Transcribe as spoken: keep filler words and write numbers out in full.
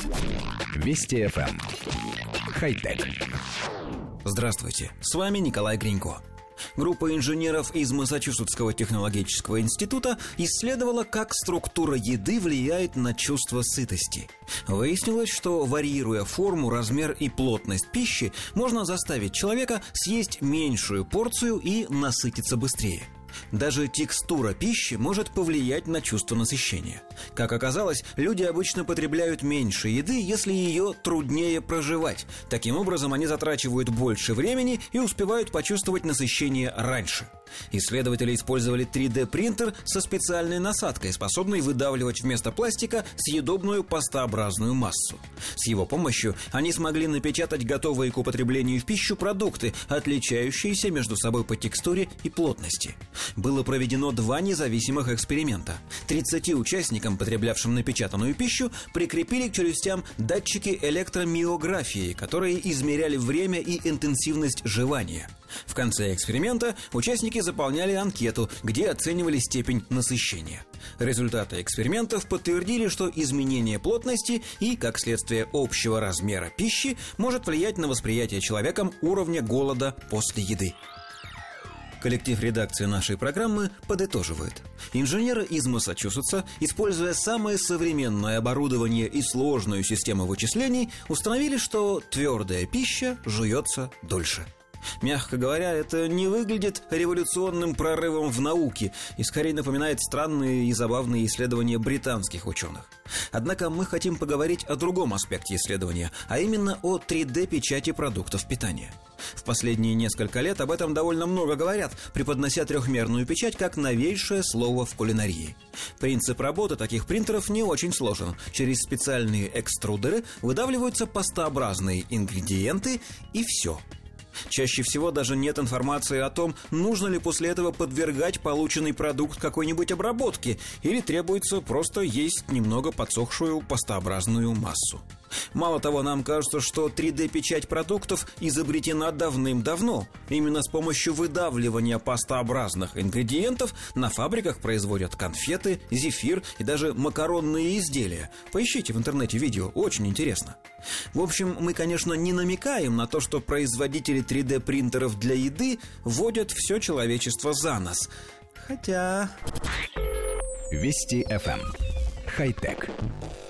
Вести эф эм. Хай-тек. Здравствуйте, с вами Николай Гринько. Группа инженеров из Массачусетского технологического института исследовала, как структура еды влияет на чувство сытости. Выяснилось, что, варьируя форму, размер и плотность пищи, можно заставить человека съесть меньшую порцию и насытиться быстрее. Даже текстура пищи может повлиять на чувство насыщения. Как оказалось, люди обычно потребляют меньше еды, если ее труднее проживать. Таким образом, они затрачивают больше времени и успевают почувствовать насыщение раньше. Исследователи использовали три дэ принтер со специальной насадкой, способной выдавливать вместо пластика съедобную пастообразную массу. С его помощью они смогли напечатать готовые к употреблению в пищу продукты, отличающиеся между собой по текстуре и плотности. Было проведено два независимых эксперимента. тридцати участникам, потреблявшим напечатанную пищу, прикрепили к челюстям датчики электромиографии, которые измеряли время и интенсивность жевания. В конце эксперимента участники заполняли анкету, где оценивали степень насыщения. Результаты экспериментов подтвердили, что изменение плотности и, как следствие, общего размера пищи может влиять на восприятие человеком уровня голода после еды. Коллектив редакции нашей программы подытоживает. Инженеры из Массачусетса, используя самое современное оборудование и сложную систему вычислений, установили, что твердая пища жуется дольше. Мягко говоря, это не выглядит революционным прорывом в науке и скорее напоминает странные и забавные исследования британских ученых. Однако мы хотим поговорить о другом аспекте исследования, а именно о три дэ-печати продуктов питания. В последние несколько лет об этом довольно много говорят, преподнося трехмерную печать как новейшее слово в кулинарии. Принцип работы таких принтеров не очень сложен. Через специальные экструдеры выдавливаются пастообразные ингредиенты, и все. Чаще всего даже нет информации о том, нужно ли после этого подвергать полученный продукт какой-нибудь обработке или требуется просто есть немного подсохшую пастообразную массу. Мало того, нам кажется, что три дэ-печать продуктов изобретена давным-давно. Именно с помощью выдавливания пастообразных ингредиентов на фабриках производят конфеты, зефир и даже макаронные изделия. Поищите в интернете видео, очень интересно. В общем, мы, конечно, не намекаем на то, что производители три дэ-принтеров для еды вводят все человечество за нос. Хотя... Вести эф эм. Хай-тек.